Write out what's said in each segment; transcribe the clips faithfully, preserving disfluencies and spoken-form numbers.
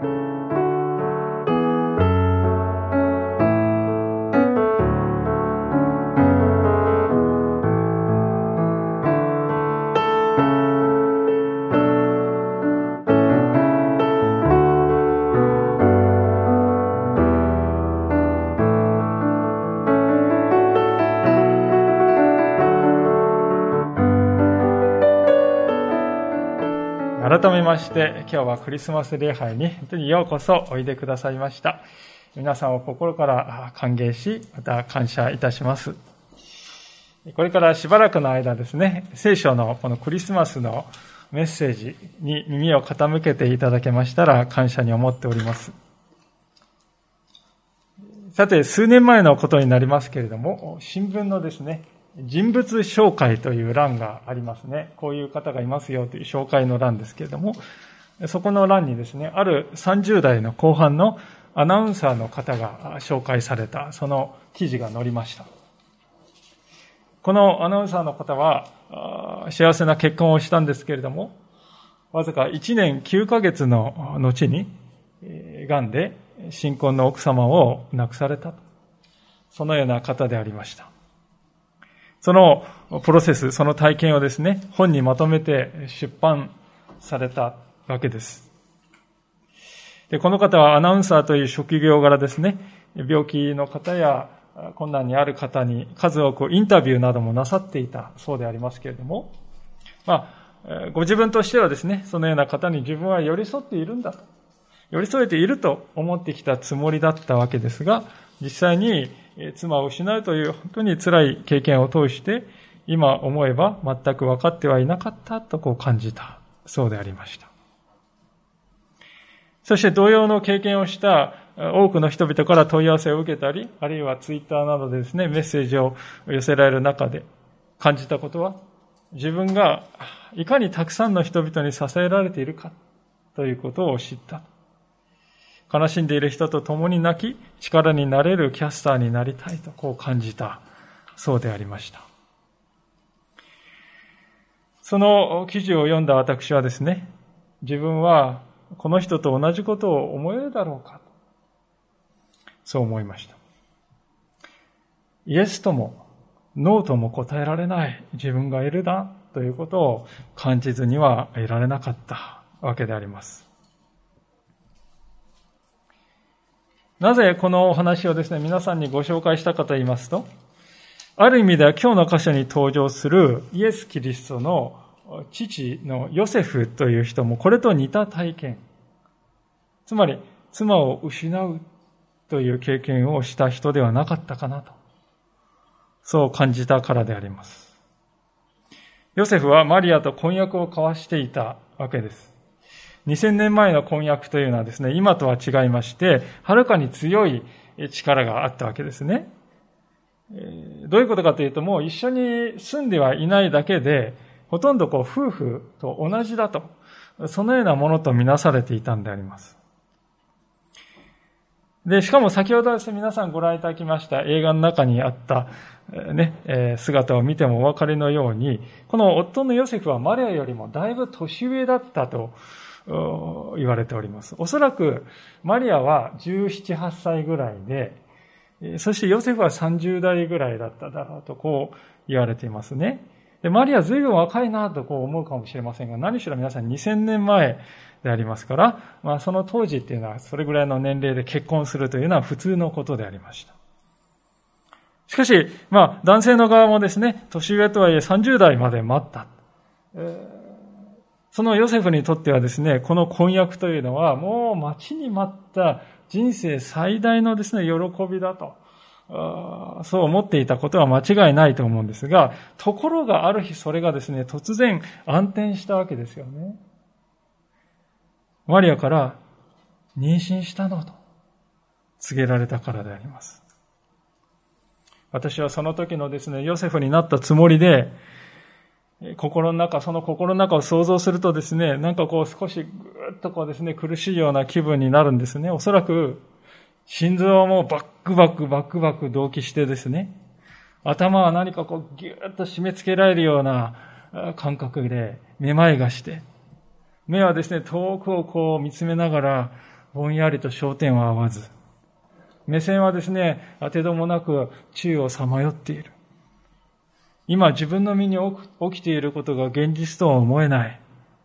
改めまして今日はクリスマス礼拝に本当にようこそおいでくださいました。皆さんを心から歓迎し、また感謝いたします。これからしばらくの間ですね、聖書のこのクリスマスのメッセージに耳を傾けていただけましたら感謝に思っております。さて、数年前のことになりますけれども、新聞のですね、人物紹介という欄がありますね。こういう方がいますよという紹介の欄ですけれども、そこの欄にですね、あるさんじゅう代の後半のアナウンサーの方が紹介された、その記事が載りました。このアナウンサーの方は、幸せな結婚をしたんですけれども、わずかいちねんきゅうかげつの後に、癌で新婚の奥様を亡くされた。そのような方でありました。そのプロセス、その体験をですね、本にまとめて出版されたわけです。で、この方はアナウンサーという職業柄ですね、病気の方や困難にある方に数多くインタビューなどもなさっていたそうでありますけれども、まあ、ご自分としてはですね、そのような方に自分は寄り添っているんだと、寄り添えていると思ってきたつもりだったわけですが、実際に妻を失うという本当に辛い経験を通して、今思えば全く分かってはいなかったとこう感じたそうでありました。そして同様の経験をした多くの人々から問い合わせを受けたり、あるいはツイッターなどでですね、メッセージを寄せられる中で感じたことは、自分がいかにたくさんの人々に支えられているかということを知った。悲しんでいる人と共に泣き、力になれるキャスターになりたいとこう感じたそうでありました。その記事を読んだ私はですね、自分はこの人と同じことを思えるだろうか、そう思いました。イエスともノーとも答えられない自分がいるなということを感じずにはいられなかったわけであります。なぜこのお話をですね、皆さんにご紹介したかと言いますと、ある意味では今日の箇所に登場するイエス・キリストの父のヨセフという人もこれと似た体験、つまり妻を失うという経験をした人ではなかったかなと、そう感じたからであります。ヨセフはマリアと婚約を交わしていたわけです。にせんねんまえの婚約というのはですね、今とは違いまして、はるかに強い力があったわけですね。どういうことかというと、もう一緒に住んではいないだけで、ほとんどこう夫婦と同じだと、そのようなものとみなされていたんであります。で、しかも先ほどですね、皆さんご覧いただきました映画の中にあったね、姿を見てもお分かりのように、この夫のヨセフはマリアよりもだいぶ年上だったと言われております。おそらくマリアはじゅうなな、はっさいぐらいで、そしてヨセフはさんじゅう代ぐらいだっただろうとこう言われていますね。でマリア随分若いなとこう思うかもしれませんが、何しろ皆さんにせんねんまえでありますから、まあその当時っていうのはそれぐらいの年齢で結婚するというのは普通のことでありました。しかし、まあ男性の側もですね、年上とはいえさんじゅう代まで待った。えーそのヨセフにとってはですね、この婚約というのはもう待ちに待った人生最大のですね、喜びだと、そう思っていたことは間違いないと思うんですが、ところがある日それがですね、突然暗転したわけですよね。マリアから妊娠したのと告げられたからであります。私はその時のですね、ヨセフになったつもりで、心の中、その心の中を想像するとですね、なんかこう少しぐーっとこうですね、苦しいような気分になるんですね。おそらく、心臓もバックバックバックバック動悸してですね、頭は何かこうぎゅーっと締め付けられるような感覚で、めまいがして、目はですね、遠くをこう見つめながら、 ぼんやりと焦点は合わず、目線はですね、当てどもなく宙をさまよっている。今自分の身に起きていることが現実とは思えない。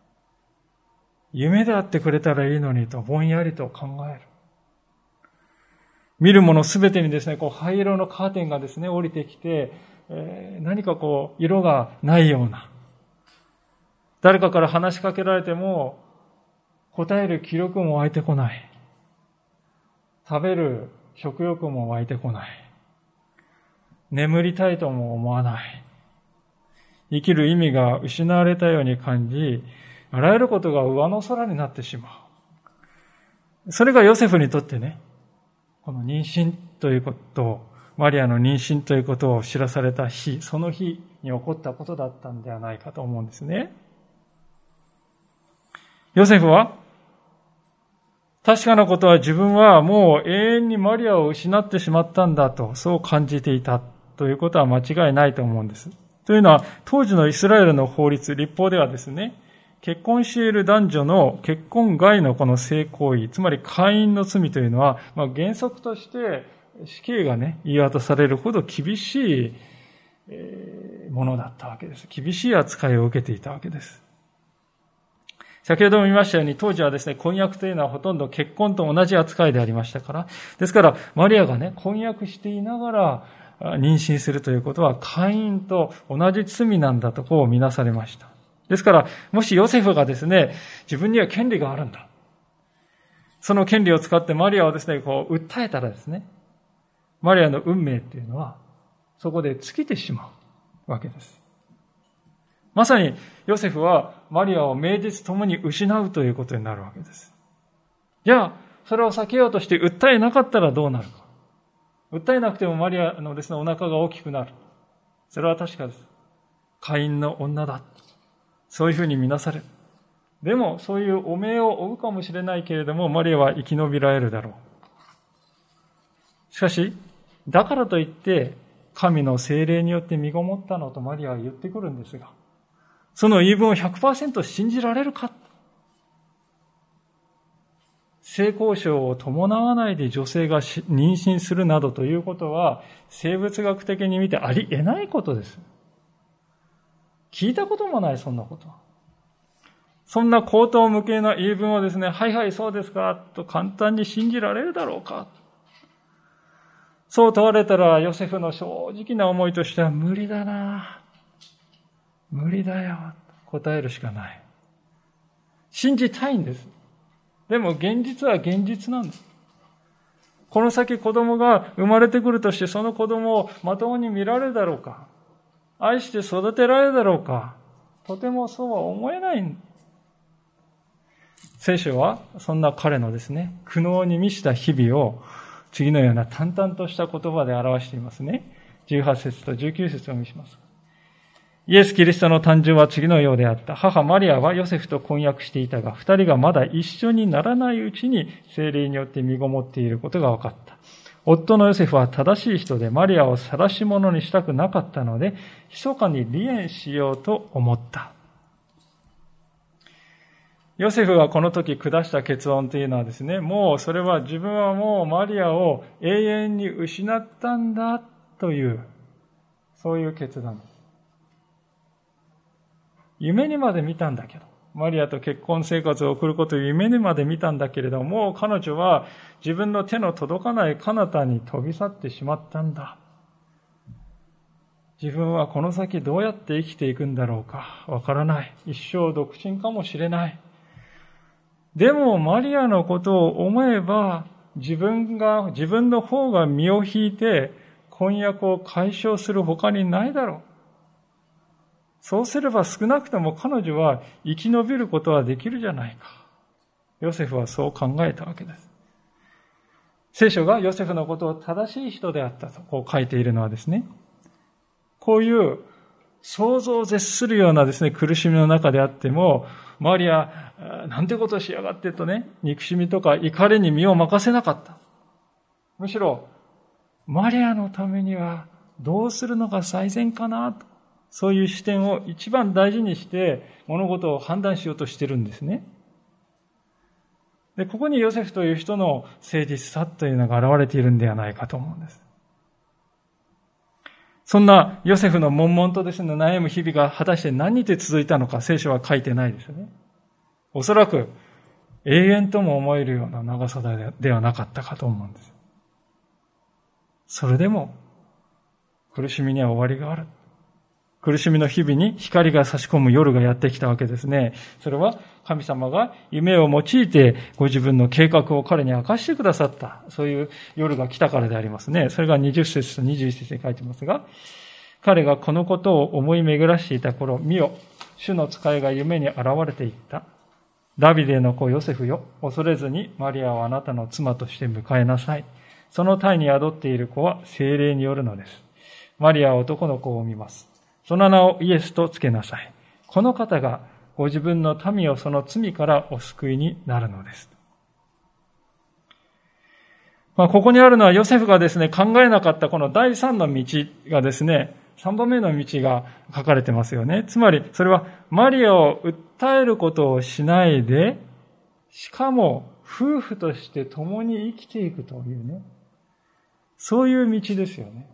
夢であってくれたらいいのにとぼんやりと考える。見るものすべてにですね、こう灰色のカーテンがですね、降りてきて、えー、何かこう色がないような。誰かから話しかけられても答える気力も湧いてこない。食べる食欲も湧いてこない。眠りたいとも思わない。生きる意味が失われたように感じ、あらゆることが上の空になってしまう。それがヨセフにとってね、この妊娠ということを、マリアの妊娠ということを知らされた日、その日に起こったことだったんではないかと思うんですね。ヨセフは、確かなことは自分はもう永遠にマリアを失ってしまったんだと、そう感じていたということは間違いないと思うんです。というのは、当時のイスラエルの法律、律法ではですね、結婚している男女の結婚外のこの性行為、つまり姦淫の罪というのは、まあ、原則として死刑がね、言い渡されるほど厳しいものだったわけです。厳しい扱いを受けていたわけです。先ほども言いましたように、当時はですね、婚約というのはほとんど結婚と同じ扱いでありましたから、ですから、マリアがね、婚約していながら妊娠するということは、姦淫と同じ罪なんだとこう見なされました。ですから、もしヨセフがですね、自分には権利があるんだ。その権利を使ってマリアをですね、こう、訴えたらですね、マリアの運命っていうのは、そこで尽きてしまうわけです。まさに、ヨセフはマリアを名実ともに失うということになるわけです。じゃあ、それを避けようとして訴えなかったらどうなるか。訴えなくてもマリアのですね、お腹が大きくなる。それは確かです。姦淫の女だ。そういうふうに見なされる。でも、そういう汚名を負うかもしれないけれども、マリアは生き延びられるだろう。しかし、だからといって、神の聖霊によって身ごもったのとマリアは言ってくるんですが、その言い分を ひゃくパーセント 信じられるか。性交渉を伴わないで女性が妊娠するなどということは、生物学的に見てありえないことです。聞いたこともない、そんなことは。そんな口頭無形な言い分をですね、はいはいそうですか、と簡単に信じられるだろうか。そう問われたら、ヨセフの正直な思いとしては、無理だな。無理だよ。答えるしかない。信じたいんです。でも現実は現実なんです。この先子供が生まれてくるとして、その子供をまともに見られるだろうか。愛して育てられるだろうか。とてもそうは思えない。聖書はそんな彼のですね、苦悩に満ちた日々を次のような淡々とした言葉で表していますね。じゅうはち節とじゅうきゅう節をお見せします。イエス・キリストの誕生は次のようであった。母マリアはヨセフと婚約していたが、二人がまだ一緒にならないうちに聖霊によって身ごもっていることが分かった。夫のヨセフは正しい人で、マリアを晒し者にしたくなかったので、密かに離縁しようと思った。ヨセフがこの時下した結論というのはですね、もうそれは自分はもうマリアを永遠に失ったんだという、そういう決断です。夢にまで見たんだけど、マリアと結婚生活を送ることを夢にまで見たんだけれども、彼女は自分の手の届かない彼方に飛び去ってしまったんだ。自分はこの先どうやって生きていくんだろうか、わからない。一生独身かもしれない。でもマリアのことを思えば、自分が、自分の方が身を引いて婚約を解消する他にないだろう。そうすれば少なくとも彼女は生き延びることはできるじゃないか。ヨセフはそう考えたわけです。聖書がヨセフのことを正しい人であったとこう書いているのはですね、こういう想像を絶するようなですね、苦しみの中であっても、マリア、なんてことをしやがってとね、憎しみとか怒りに身を任せなかった。むしろ、マリアのためにはどうするのが最善かなと。そういう視点を一番大事にして物事を判断しようとしているんですね。 で、ここにヨセフという人の誠実さというのが現れているんではないかと思うんです。そんなヨセフの悶々とですね、悩む日々が果たして何日続いたのか、聖書は書いてないですよね。おそらく永遠とも思えるような長さではなかったかと思うんです。それでも苦しみには終わりがある。苦しみの日々に光が差し込む夜がやってきたわけですね。それは神様が夢を用いてご自分の計画を彼に明かしてくださった。そういう夜が来たからでありますね。それがにじゅっ節とにじゅういち節に書いてますが、彼がこのことを思い巡らしていた頃、見よ、主の使いが夢に現れていった。ダビデの子ヨセフよ、恐れずにマリアをあなたの妻として迎えなさい。その胎に宿っている子は聖霊によるのです。マリアは男の子を産みます。その名をイエスとつけなさい。この方がご自分の民をその罪からお救いになるのです。まあ、ここにあるのはヨセフがですね、考えなかったこの第三の道がですね、三番目の道が書かれてますよね。つまり、それはマリアを訴えることをしないで、しかも夫婦として共に生きていくというね、そういう道ですよね。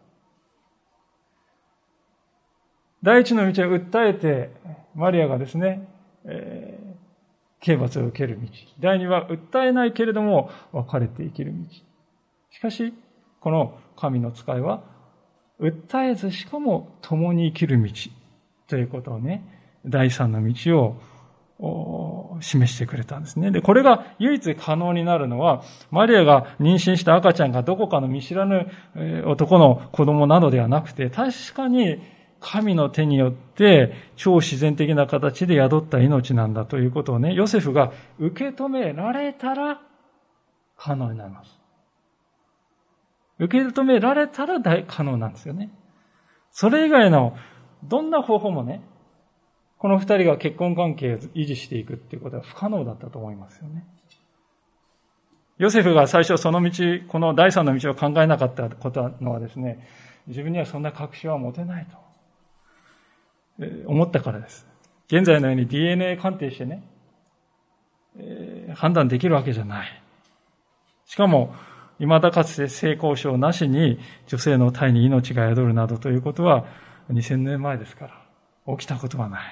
第一の道は訴えて、マリアがですね、えー、刑罰を受ける道。第二は訴えないけれども別れて生きる道。しかし、この神の使いは、訴えずしかも共に生きる道ということをね、第三の道を示してくれたんですね。で、これが唯一可能になるのは、マリアが妊娠した赤ちゃんがどこかの見知らぬ男の子供などではなくて、確かに神の手によって超自然的な形で宿った命なんだということをね、ヨセフが受け止められたら可能になります。受け止められたら可能なんですよね。それ以外のどんな方法もね、この二人が結婚関係を維持していくっていうことは不可能だったと思いますよね。ヨセフが最初その道、この第三の道を考えなかったことのはですね、自分にはそんな確信は持てないと思ったからです。現在のように ディーエヌエー 鑑定してね、えー、判断できるわけじゃない。しかも、未だかつて性交渉なしに女性の胎に命が宿るなどということはにせんねんまえですから、起きたことはない。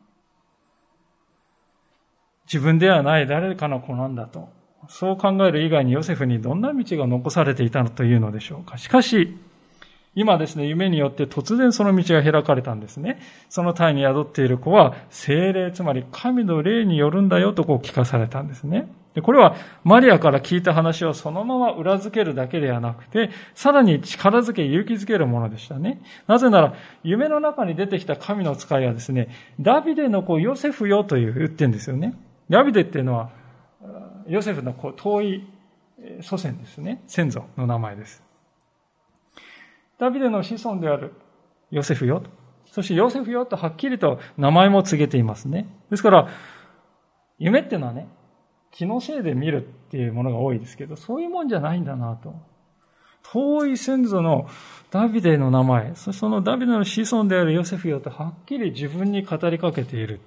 自分ではない誰かの子なんだと、そう考える以外にヨセフにどんな道が残されていたのというのでしょうか。しかし、今ですね、夢によって突然その道が開かれたんですね。その胎に宿っている子は聖霊、つまり神の霊によるんだよとこう聞かされたんですね。で、これはマリアから聞いた話をそのまま裏付けるだけではなくて、さらに力づけ、勇気づけるものでしたね。なぜなら、夢の中に出てきた神の使いはですね、ダビデの子ヨセフよという言ってるんですよね。ダビデっていうのは、ヨセフの子、遠い祖先ですね。先祖の名前です。ダビデの子孫であるヨセフよ。そしてヨセフよとはっきりと名前も告げていますね。ですから、夢っていうのはね、気のせいで見るっていうものが多いですけど、そういうもんじゃないんだなと。遠い先祖のダビデの名前、そしてそのダビデの子孫であるヨセフよとはっきり自分に語りかけている。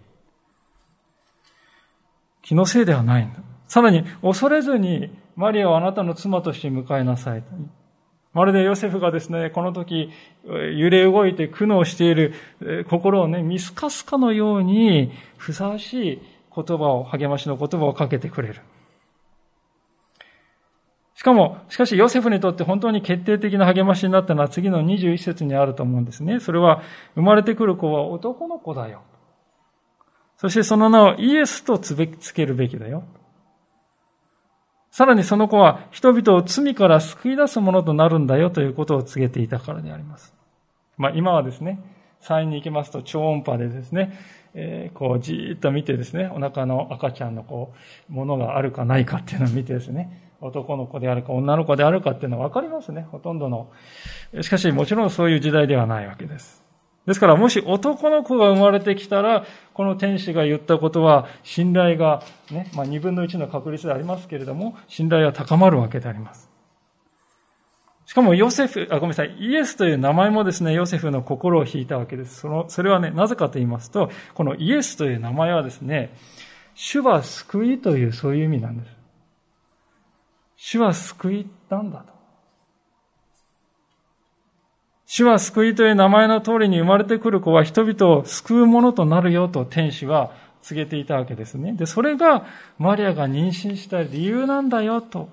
気のせいではないんだ。さらに、恐れずにマリアをあなたの妻として迎えなさい。まるでヨセフがですね、この時揺れ動いて苦悩している心をね、見透かすかのようにふさわしい言葉を、励ましの言葉をかけてくれる。しかも、しかしヨセフにとって本当に決定的な励ましになったのは次のにじゅういち節にあると思うんですね。それは、生まれてくる子は男の子だよ。そしてその名をイエスとつけるべきだよ。さらにその子は人々を罪から救い出すものとなるんだよということを告げていたからであります。まあ今はですね、産院に行きますと超音波でですね、えー、こうじーっと見てですね、お腹の赤ちゃんのこう、ものがあるかないかっていうのを見てですね、男の子であるか女の子であるかっていうのは分かりますね、ほとんどの。しかしもちろんそういう時代ではないわけです。ですからもし男の子が生まれてきたら、この天使が言ったことは信頼がね、まあ二分の一の確率でありますけれども、信頼は高まるわけであります。しかもヨセフ、あ、ごめんなさい、イエスという名前もですね、ヨセフの心を引いたわけです。その、それはね、なぜかと言いますと、このイエスという名前はですね、主は救いというそういう意味なんです。 主は救いなんだと。主は救いという名前の通りに生まれてくる子は人々を救うものとなるよと天使は告げていたわけですね。で、それがマリアが妊娠した理由なんだよと。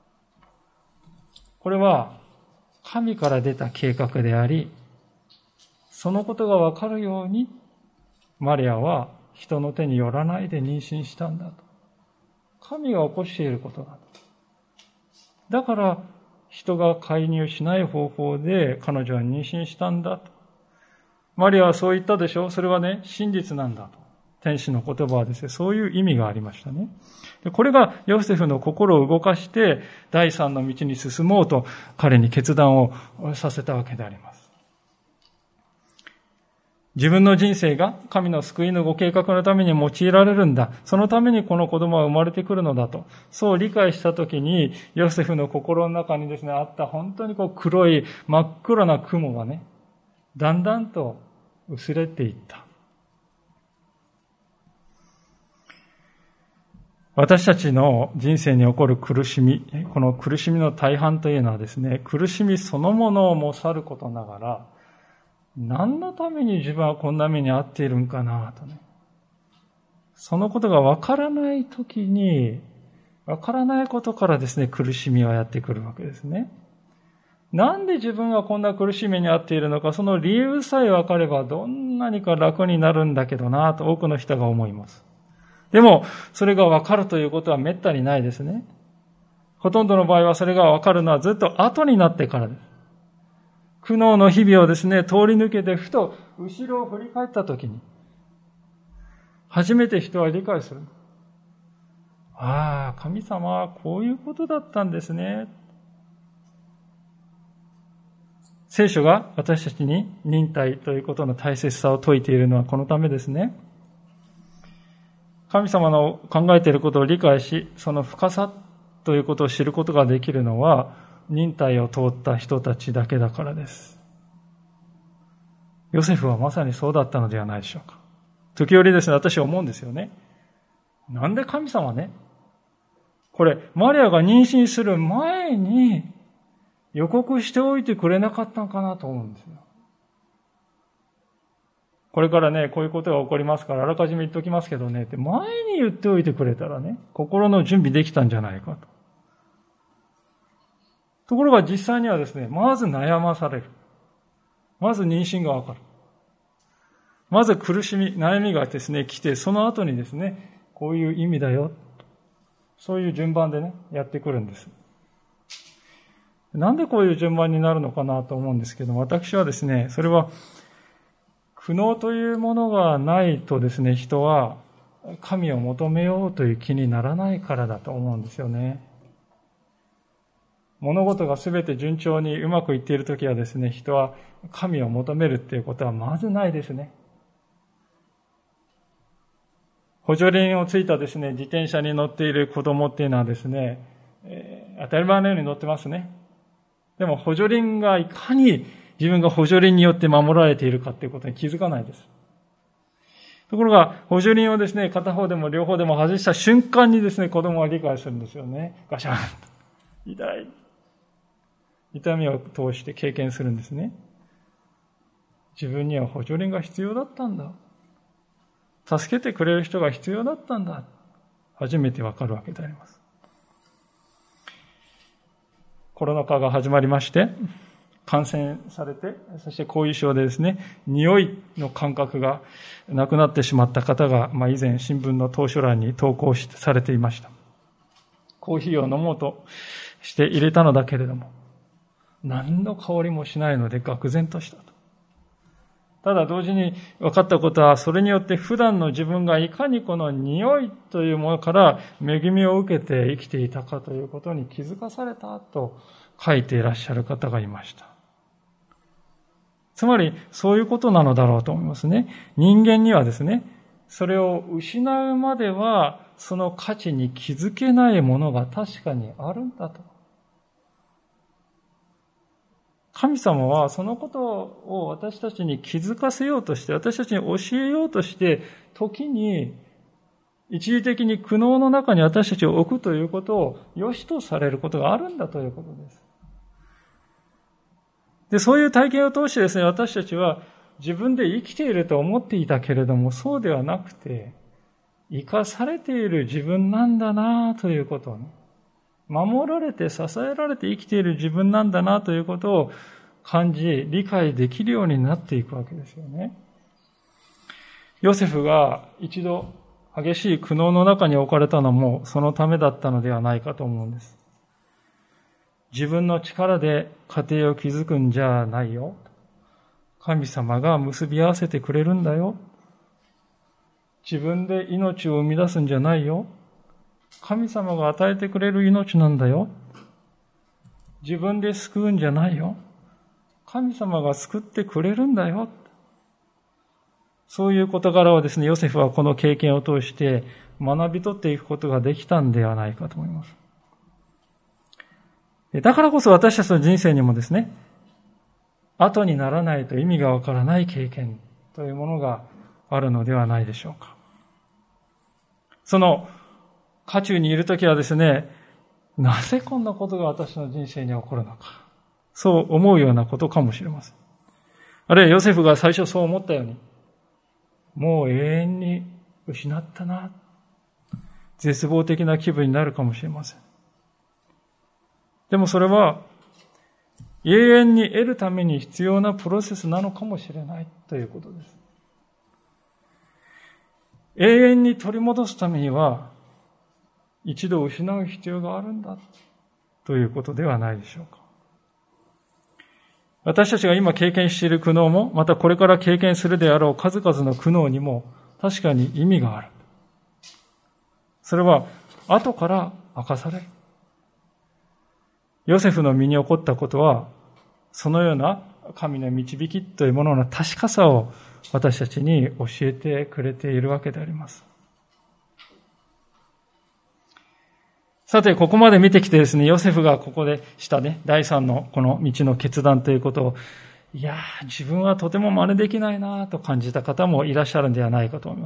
これは神から出た計画であり、そのことがわかるようにマリアは人の手によらないで妊娠したんだと。神が起こしていることなんだ。だから人が介入しない方法で彼女は妊娠したんだと。マリアはそう言ったでしょ。それはね、真実なんだと。天使の言葉はですね、そういう意味がありましたね。でこれがヨセフの心を動かして第三の道に進もうと彼に決断をさせたわけであります。自分の人生が神の救いのご計画のために用いられるんだ。そのためにこの子供は生まれてくるのだと。そう理解したときに、ヨセフの心の中にですね、あった本当にこう黒い真っ黒な雲がね、だんだんと薄れていった。私たちの人生に起こる苦しみ、この苦しみの大半というのはですね、苦しみそのものをもさることながら、何のために自分はこんな目に遭っているんかなとね。そのことがわからないときに、わからないことからですね、苦しみはやってくるわけですね。なんで自分はこんな苦しみに遭っているのか、その理由さえわかればどんなにか楽になるんだけどなと多くの人が思います。でも、それがわかるということはめったにないですね。ほとんどの場合はそれがわかるのはずっと後になってからです。苦悩の日々をですね、通り抜けてふと後ろを振り返ったときに、初めて人は理解する。ああ、神様はこういうことだったんですね。聖書が私たちに忍耐ということの大切さを説いているのはこのためですね。神様の考えていることを理解し、その深さということを知ることができるのは、忍耐を通った人たちだけだからです。ヨセフはまさにそうだったのではないでしょうか。時折ですね、私は思うんですよね。なんで神様ね、これ、マリアが妊娠する前に予告しておいてくれなかったのかなと思うんですよ。これからね、こういうことが起こりますから、あらかじめ言っておきますけどね、って前に言っておいてくれたらね、心の準備できたんじゃないかと。ところが実際にはですね、まず悩まされる。まず妊娠がわかる。まず苦しみ、悩みがですね、来て、その後にですね、こういう意味だよ。そういう順番でね、やってくるんです。なんでこういう順番になるのかなと思うんですけど、私はですね、それは苦悩というものがないとですね、人は神を求めようという気にならないからだと思うんですよね。物事がすべて順調にうまくいっているときはですね、人は神を求めるっていうことはまずないですね。補助輪をついたですね、自転車に乗っている子供っていうのはですね、えー、当たり前のように乗ってますね。でも補助輪がいかに自分が補助輪によって守られているかっていうことに気づかないです。ところが、補助輪をですね、片方でも両方でも外した瞬間にですね、子供は理解するんですよね。ガシャンと。痛い。痛みを通して経験するんですね。自分には補助輪が必要だったんだ。助けてくれる人が必要だったんだ。初めてわかるわけであります。コロナ禍が始まりまして、感染されて、そして後遺症でですね、匂いの感覚がなくなってしまった方が、まあ、以前新聞の当初欄に投稿されていました。コーヒーを飲もうとして入れたのだけれども、何の香りもしないので愕然としたと。ただ同時に分かったことは、それによって普段の自分がいかにこの匂いというものから恵みを受けて生きていたかということに気づかされたと書いていらっしゃる方がいました。つまりそういうことなのだろうと思いますね。人間にはですね、それを失うまではその価値に気づけないものが確かにあるんだと。神様はそのことを私たちに気づかせようとして、私たちに教えようとして、時に一時的に苦悩の中に私たちを置くということを良しとされることがあるんだということです。で、そういう体験を通してですね、私たちは自分で生きていると思っていたけれども、そうではなくて、生かされている自分なんだなということをね、守られて支えられて生きている自分なんだなということを感じ、理解できるようになっていくわけですよね。ヨセフが一度激しい苦悩の中に置かれたのもそのためだったのではないかと思うんです。自分の力で家庭を築くんじゃないよ。神様が結び合わせてくれるんだよ。自分で命を生み出すんじゃないよ。神様が与えてくれる命なんだよ。自分で救うんじゃないよ。神様が救ってくれるんだよ。そういう事柄をですね、ヨセフはこの経験を通して学び取っていくことができたんではないかと思います。だからこそ私たちの人生にもですね、後にならないと意味がわからない経験というものがあるのではないでしょうか。その渦中にいるときはですね、なぜこんなことが私の人生に起こるのか。そう思うようなことかもしれません。あるいはヨセフが最初そう思ったように、もう永遠に失ったな。絶望的な気分になるかもしれません。でもそれは永遠に得るために必要なプロセスなのかもしれないということです。永遠に取り戻すためには一度失う必要があるんだということではないでしょうか。私たちが今経験している苦悩も、またこれから経験するであろう数々の苦悩にも確かに意味がある。それは後から明かされる。ヨセフの身に起こったことは、そのような神の導きというものの確かさを私たちに教えてくれているわけであります。さて、ここまで見てきてですね、ヨセフがここでしたね、第三のこの道の決断ということを、いやー、自分はとても真似できないなと感じた方もいらっしゃるんではないかと思います。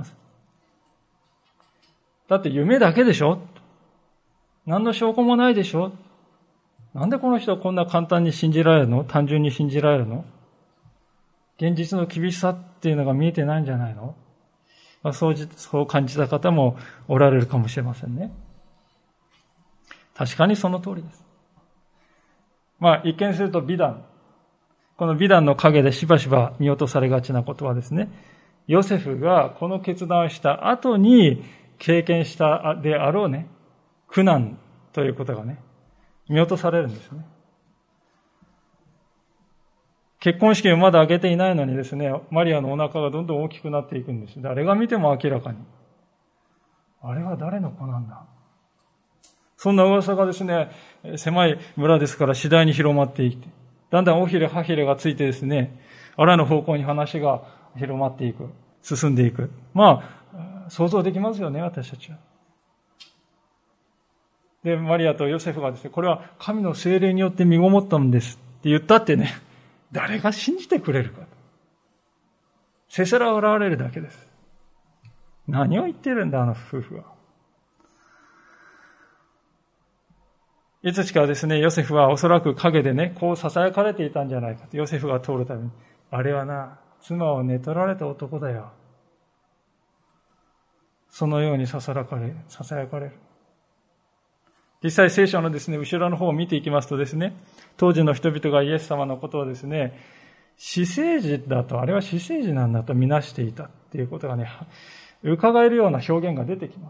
だって夢だけでしょ？何の証拠もないでしょ？なんでこの人はこんな簡単に信じられるの？単純に信じられるの？現実の厳しさっていうのが見えてないんじゃないの？まあ、そうじ、そう感じた方もおられるかもしれませんね。確かにその通りです。まあ一見すると美談。この美談の陰でしばしば見落とされがちなことはですね、ヨセフがこの決断をした後に経験したであろうね、苦難ということがね、見落とされるんですね。結婚式をまだ挙げていないのにですね、マリアのお腹がどんどん大きくなっていくんです。誰が見ても明らかに。あれは誰の子なんだ。そんな噂がですね、狭い村ですから次第に広まっていって、だんだん尾ひれ、歯ひれがついてですね、あらぬ方向に話が広まっていく、進んでいく。まあ、想像できますよね、私たちは。で、マリアとヨセフがですね、これは神の聖霊によって身ごもったんですって言ったってね、誰が信じてくれるか。せせら笑われるだけです。何を言ってるんだ、あの夫婦は。いつしかですね、ヨセフはおそらく陰でね、こう囁かれていたんじゃないかと。ヨセフが通るために、あれはな、妻を寝取られた男だよ。そのようにささやかれ、囁かれる。実際聖書のですね、後ろの方を見ていきますとですね、当時の人々がイエス様のことをですね、私生児だと、あれは私生児なんだとみなしていたっていうことがね、伺えるような表現が出てきます。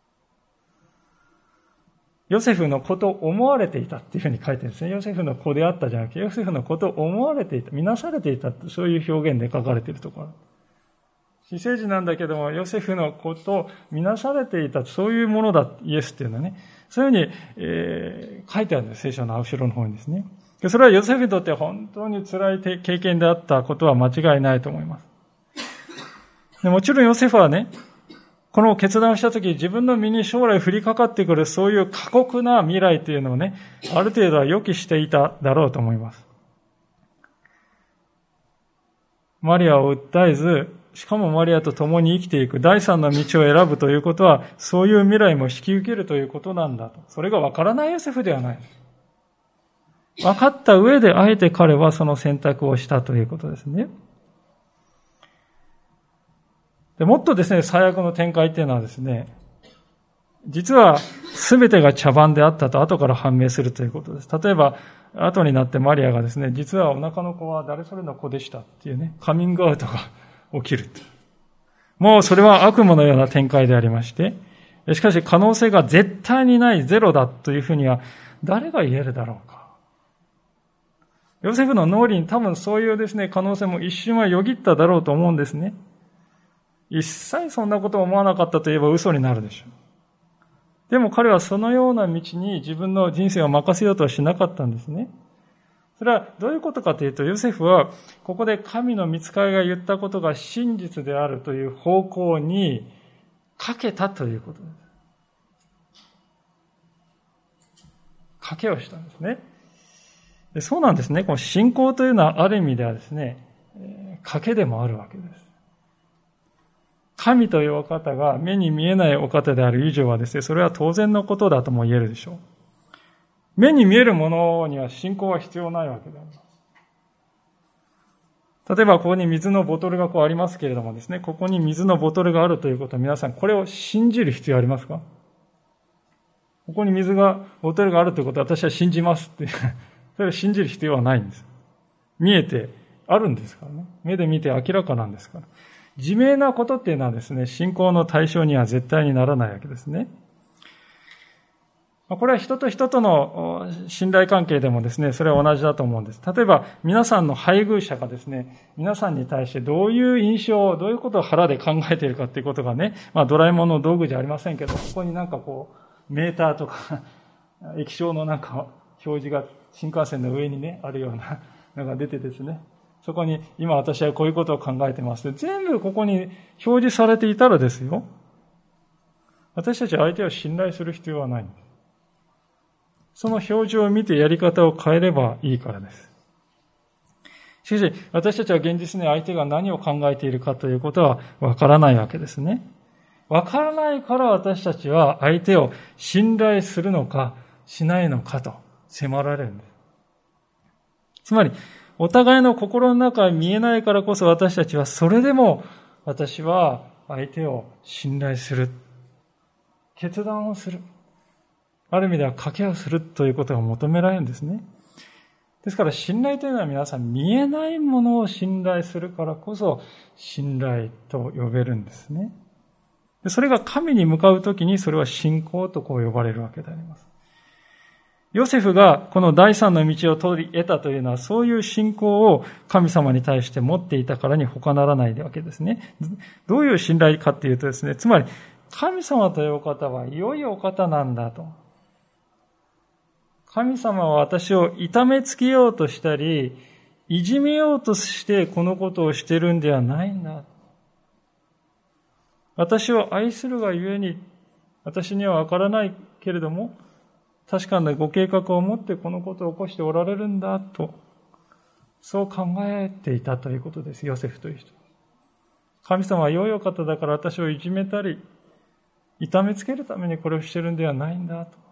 ヨセフの子と思われていたっていうふうに書いてるんですね。ヨセフの子であったじゃなくて、ヨセフの子と思われていた、みなされていたって、そういう表現で書かれているところ。私生児なんだけども、ヨセフの子とみなされていた、そういうものだ、イエスっていうのはね、そういうふうに、えー、書いてあるんです。聖書の後ろの方にですね。それはヨセフにとって本当に辛い経験であったことは間違いないと思います。でもちろんヨセフはね、この決断をしたとき、自分の身に将来降りかかってくるそういう過酷な未来というのをね、ある程度は予期していただろうと思います。マリアを訴えず、 しかもマリアと共に生きていく第三の道を選ぶということは、そういう未来も引き受けるということなんだと。それがわからないヨセフではない。分かった上で、あえて彼はその選択をしたということですね。でもっとですね、最悪の展開っていうのはですね、実は全てが茶番であったと後から判明するということです。例えば、後になってマリアがですね、実はお腹の子は誰それの子でしたっていうね、カミングアウトが起きると。もうそれは悪夢のような展開でありまして、しかし可能性が絶対にないゼロだというふうには誰が言えるだろうか。ヨセフの脳裏に多分そういうですね、可能性も一瞬はよぎっただろうと思うんですね。一切そんなことを思わなかったと言えば嘘になるでしょう。でも彼はそのような道に自分の人生を任せようとはしなかったんですね。それはどういうことかというと、ヨセフはここで神の御使いが言ったことが真実であるという方向にかけたということです。賭けをしたんですね。でそうなんですね。この信仰というのはある意味ではですね、賭けでもあるわけです。神というお方が目に見えないお方である以上はですね、それは当然のことだとも言えるでしょう。目に見えるものには信仰は必要ないわけであります。例えばここに水のボトルがこうありますけれどもですね、ここに水のボトルがあるということは皆さんこれを信じる必要ありますか？ここに水が、ボトルがあるということは私は信じますって、それを信じる必要はないんです。見えてあるんですからね。目で見て明らかなんですから。自明なことっていうのはですね、信仰の対象には絶対にならないわけですね。これは人と人との信頼関係でもですね、それは同じだと思うんです。例えば、皆さんの配偶者がですね、皆さんに対してどういう印象、どういうことを腹で考えているかっていうことがね、まあドラえもんの道具じゃありませんけど、ここになんかこう、メーターとか、液晶のなんか表示が新幹線の上にね、あるようなのが出てですね、そこに今私はこういうことを考えてます。全部ここに表示されていたらですよ。私たちは相手を信頼する必要はないんです。その表示を見てやり方を変えればいいからです。しかし私たちは現実に相手が何を考えているかということはわからないわけですね。わからないから私たちは相手を信頼するのかしないのかと迫られるんです。つまりお互いの心の中は見えないからこそ私たちはそれでも私は相手を信頼する。決断をする。ある意味では賭けをするということが求められるんですね。ですから信頼というのは皆さん見えないものを信頼するからこそ信頼と呼べるんですね。それが神に向かうときにそれは信仰とこう呼ばれるわけであります。ヨセフがこの第三の道を取り得たというのはそういう信仰を神様に対して持っていたからに他ならないわけですね。どういう信頼かっていうとですね、つまり神様というお方は良いお方なんだと。神様は私を痛めつけようとしたり、いじめようとしてこのことをしているんではないんだ。私を愛するがゆえに、私にはわからないけれども、確かなご計画を持ってこのことを起こしておられるんだと、そう考えていたということです、ヨセフという人。神様は良いお方だから私をいじめたり、痛めつけるためにこれをしているんではないんだと。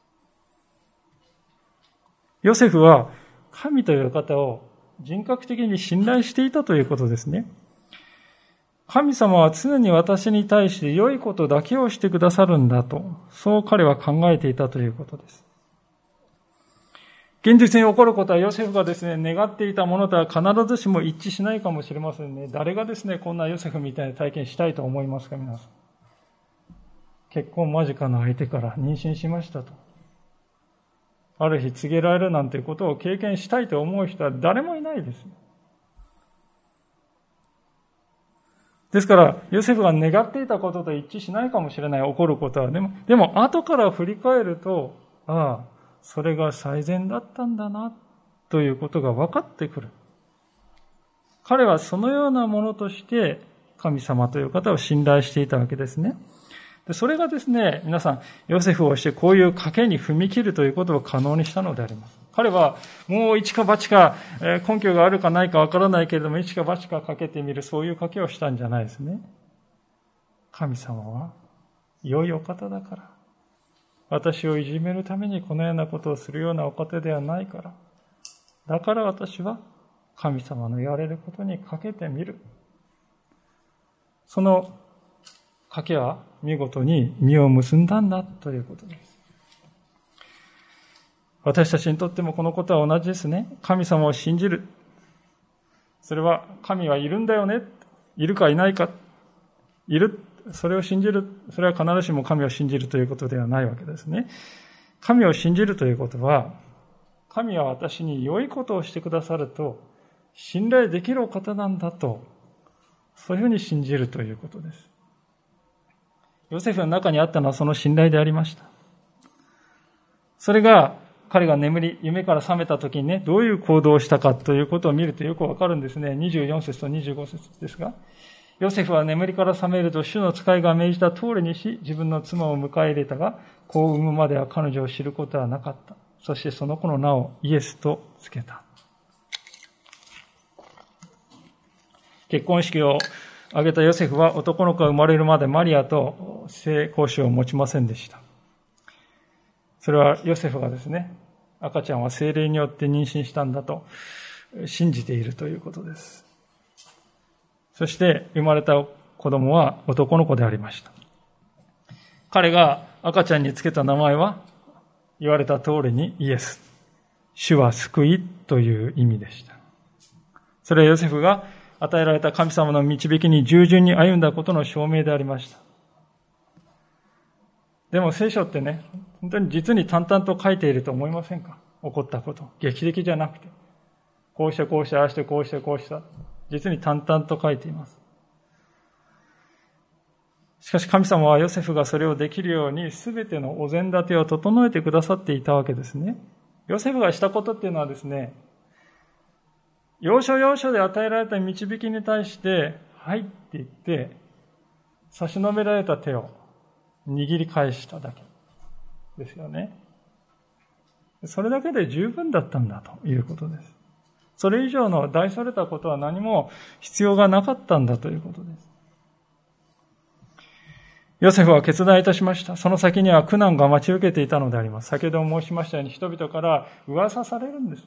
ヨセフは神という方を人格的に信頼していたということですね。神様は常に私に対して良いことだけをしてくださるんだと、そう彼は考えていたということです。現実に起こることはヨセフがですね、願っていたものとは必ずしも一致しないかもしれませんね。誰がですね、こんなヨセフみたいな体験したいと思いますか、皆さん。結婚間近の相手から妊娠しましたと。ある日告げられるなんていうことを経験したいと思う人は誰もいないです。ですから、ヨセフが願っていたことと一致しないかもしれない、起こることは。でも、でも後から振り返ると、ああ、それが最善だったんだな、ということが分かってくる。彼はそのようなものとして、神様という方を信頼していたわけですね。でそれがですね、皆さん、ヨセフをしてこういう賭けに踏み切るということを可能にしたのであります。 彼はもう一か八か、根拠があるかないかわからないけれども、一か八かかけてみる、そういう賭けをしたんじゃないですね。神様は良いお方だから。私をいじめるためにこのようなことをするようなお方ではないから。だから私は神様の言われることにかけてみる。その賭けは見事に実を結んだんだということです。私たちにとってもこのことは同じですね。神様を信じる。それは神はいるんだよね。いるかいないか。いる。それを信じる。それは必ずしも神を信じるということではないわけですね。神を信じるということは、神は私に良いことをしてくださると信頼できるお方なんだと、そういうふうに信じるということです。ヨセフの中にあったのはその信頼でありました。それが彼が眠り、夢から覚めた時にね、どういう行動をしたかということを見るとよくわかるんですね。にじゅうよん節とにじゅうご節ですが、ヨセフは眠りから覚めると主の使いが命じた通りにし、自分の妻を迎え入れたが、子を産むまでは彼女を知ることはなかった。そしてその子の名をイエスとつけた。結婚式を挙げたヨセフは男の子が生まれるまでマリアと性交渉を持ちませんでした。それはヨセフがですね、赤ちゃんは聖霊によって妊娠したんだと信じているということです。そして生まれた子供は男の子でありました。彼が赤ちゃんにつけた名前は言われた通りにイエス。主は救いという意味でした。それはヨセフが与えられた神様の導きに従順に歩んだことの証明でありました。でも聖書ってね、本当に実に淡々と書いていると思いませんか？起こったこと。劇的じゃなくて。こうしてこうしてああしてこうしてこうした。実に淡々と書いています。しかし神様はヨセフがそれをできるように全てのお膳立てを整えてくださっていたわけですね。ヨセフがしたことっていうのはですね、要所要所で与えられた導きに対して、はいって言って、差し伸べられた手を握り返しただけですよね。それだけで十分だったんだということです。それ以上の大それたことは何も必要がなかったんだということです。ヨセフは決断いたしました。その先には苦難が待ち受けていたのであります。先ほども申しましたように人々から噂されるんです。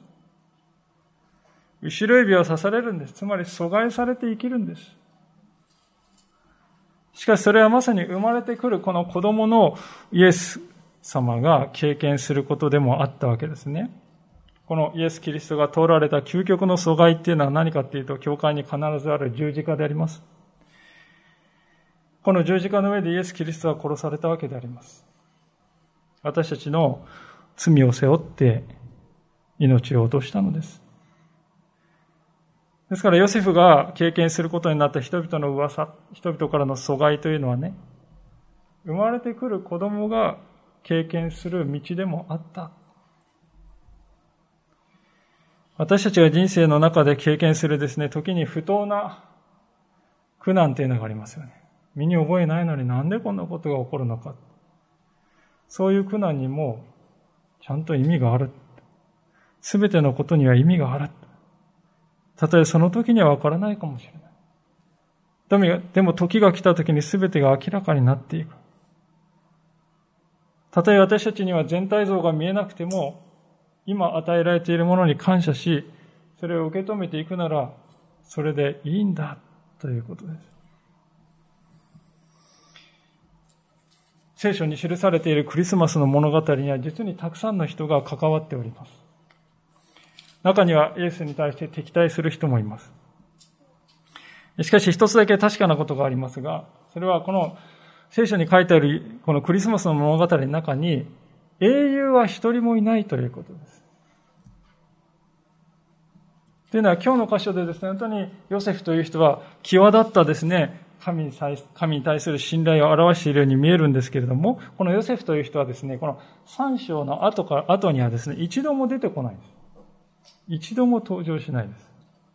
後ろ指を刺されるんです。つまり阻害されて生きるんです。しかしそれはまさに生まれてくるこの子供のイエス様が経験することでもあったわけですね。このイエス・キリストが通られた究極の阻害っていうのは何かっていうと、教会に必ずある十字架であります。この十字架の上でイエス・キリストは殺されたわけであります。私たちの罪を背負って命を落としたのです。ですからヨセフが経験することになった人々の噂、人々からの阻害というのはね、生まれてくる子供が経験する道でもあった。私たちが人生の中で経験するですね、時に不当な苦難というのがありますよね。身に覚えないのになんでこんなことが起こるのか。そういう苦難にもちゃんと意味がある。すべてのことには意味がある。たとえその時にはわからないかもしれない。でも、でも時が来た時にすべてが明らかになっていく。たとえ私たちには全体像が見えなくても、今与えられているものに感謝し、それを受け止めていくなら、それでいいんだということです。聖書に記されているクリスマスの物語には実にたくさんの人が関わっております。中にはイエスに対して敵対する人もいます。しかし一つだけ確かなことがありますが、それはこの聖書に書いてあるこのクリスマスの物語の中に英雄は一人もいないということです。というのは今日の箇所でですね、本当にヨセフという人は際立ったですね、神に対、神に対する信頼を表しているように見えるんですけれども、このヨセフという人はですね、この三章の後から、後にはですね、一度も出てこないです。一度も登場しないです。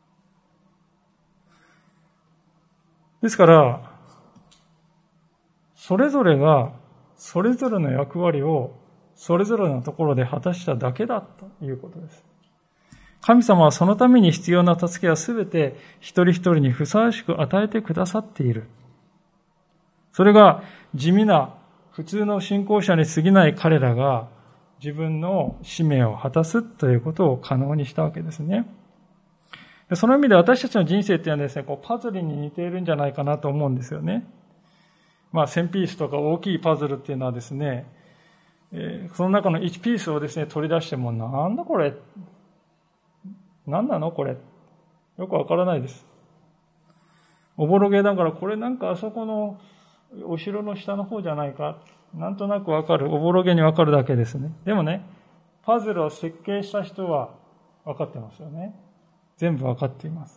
ですから、それぞれがそれぞれの役割をそれぞれのところで果たしただけだということです。神様はそのために必要な助けはすべて一人一人にふさわしく与えてくださっている。それが地味な普通の信仰者に過ぎない彼らが自分の使命を果たすということを可能にしたわけですね。その意味で私たちの人生っていうのはですね、こうパズルに似ているんじゃないかなと思うんですよね。まあ、せんピースとか大きいパズルっていうのはですね、えー、その中のいちピースをですね、取り出しても、なんだこれ何なのこれよくわからないです。おぼろげだから、これなんかあそこのお城の下の方じゃないか。なんとなくわかる。おぼろげにわかるだけですね。でもね、パズルを設計した人はわかってますよね。全部わかっています。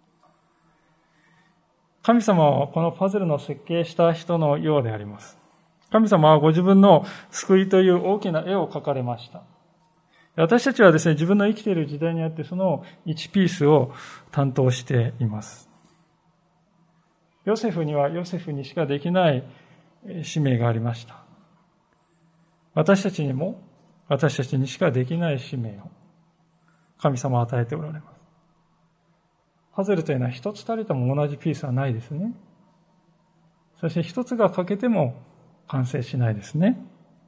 神様はこのパズルの設計した人のようであります。神様はご自分の救いという大きな絵を描かれました。私たちはですね、自分の生きている時代にあってそのいちピースを担当しています。ヨセフにはヨセフにしかできない使命がありました。私たちにも私たちにしかできない使命を神様は与えておられます。パズルというのは一つたりとも同じピースはないですね。そして一つが欠けても完成しないですね。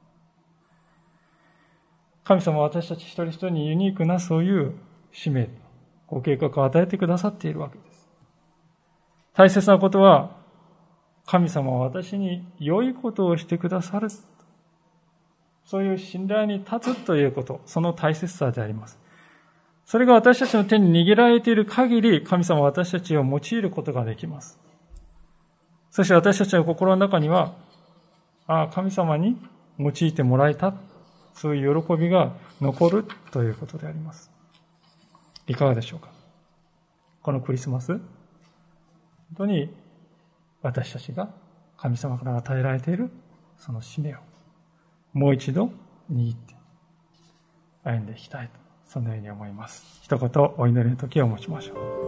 神様は私たち一人一人にユニークなそういう使命、ご計画を与えてくださっているわけです。大切なことは、神様は私に良いことをしてくださる。そういう信頼に立つということ、その大切さであります。それが私たちの手に握られている限り、神様は私たちを用いることができます。そして私たちの心の中には、ああ、神様に用いてもらえた、そういう喜びが残るということであります。いかがでしょうか。このクリスマス、本当に私たちが神様から与えられているその使命をもう一度握って歩んでいきたいと、そのように思います。一言お祈りの時を持ちましょう。